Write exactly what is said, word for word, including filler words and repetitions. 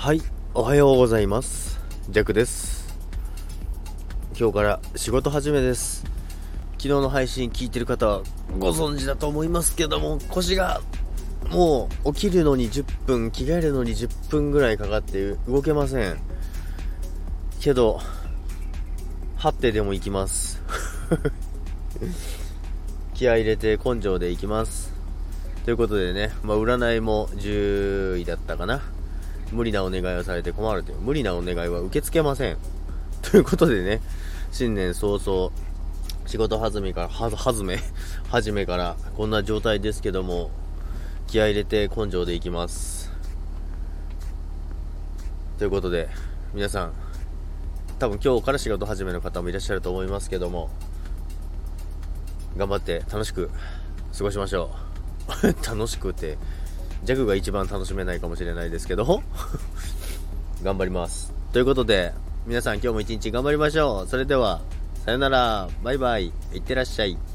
はい、おはようございます。ジャックです。今日から仕事始めです。昨日の配信聞いてる方はご存知だと思いますけども、腰がもう起きるのにじゅっぷん、着替えるのにじゅっぷんぐらいかかって動けませんけど、張ってでも行きます気合い入れて根性で行きますということでね、まあ、占いもじゅういだったかな。無理なお願いをされて困るという、無理なお願いは受け付けませんということでね、新年早々仕事始めからははずめ始めからこんな状態ですけども、気合い入れて根性でいきますということで、皆さん多分今日から仕事始めの方もいらっしゃると思いますけども、頑張って楽しく過ごしましょう楽しくってジャグが一番楽しめないかもしれないですけど頑張りますということで、皆さん今日も一日頑張りましょう。それではさよなら、バイバイ、いってらっしゃい。